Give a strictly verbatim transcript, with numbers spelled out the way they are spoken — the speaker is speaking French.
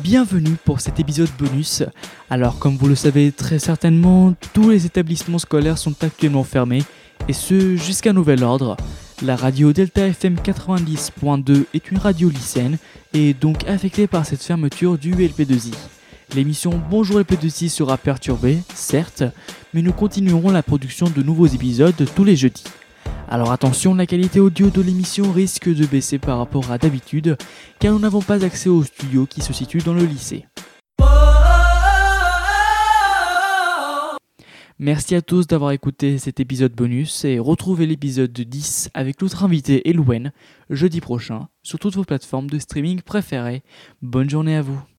bienvenue pour cet épisode bonus. Alors comme vous le savez très certainement, tous les établissements scolaires sont actuellement fermés, et ce jusqu'à nouvel ordre. La radio Delta F M quatre-vingt-dix point deux est une radio lycéenne et est donc affectée par cette fermeture du L P deux I. L'émission Bonjour L P deux I sera perturbée, certes, mais nous continuerons la production de nouveaux épisodes tous les jeudis. Alors attention, la qualité audio de l'émission risque de baisser par rapport à d'habitude, car nous n'avons pas accès au studio qui se situe dans le lycée. Merci à tous d'avoir écouté cet épisode bonus et retrouvez l'épisode dix avec notre invité Elouen jeudi prochain sur toutes vos plateformes de streaming préférées. Bonne journée à vous.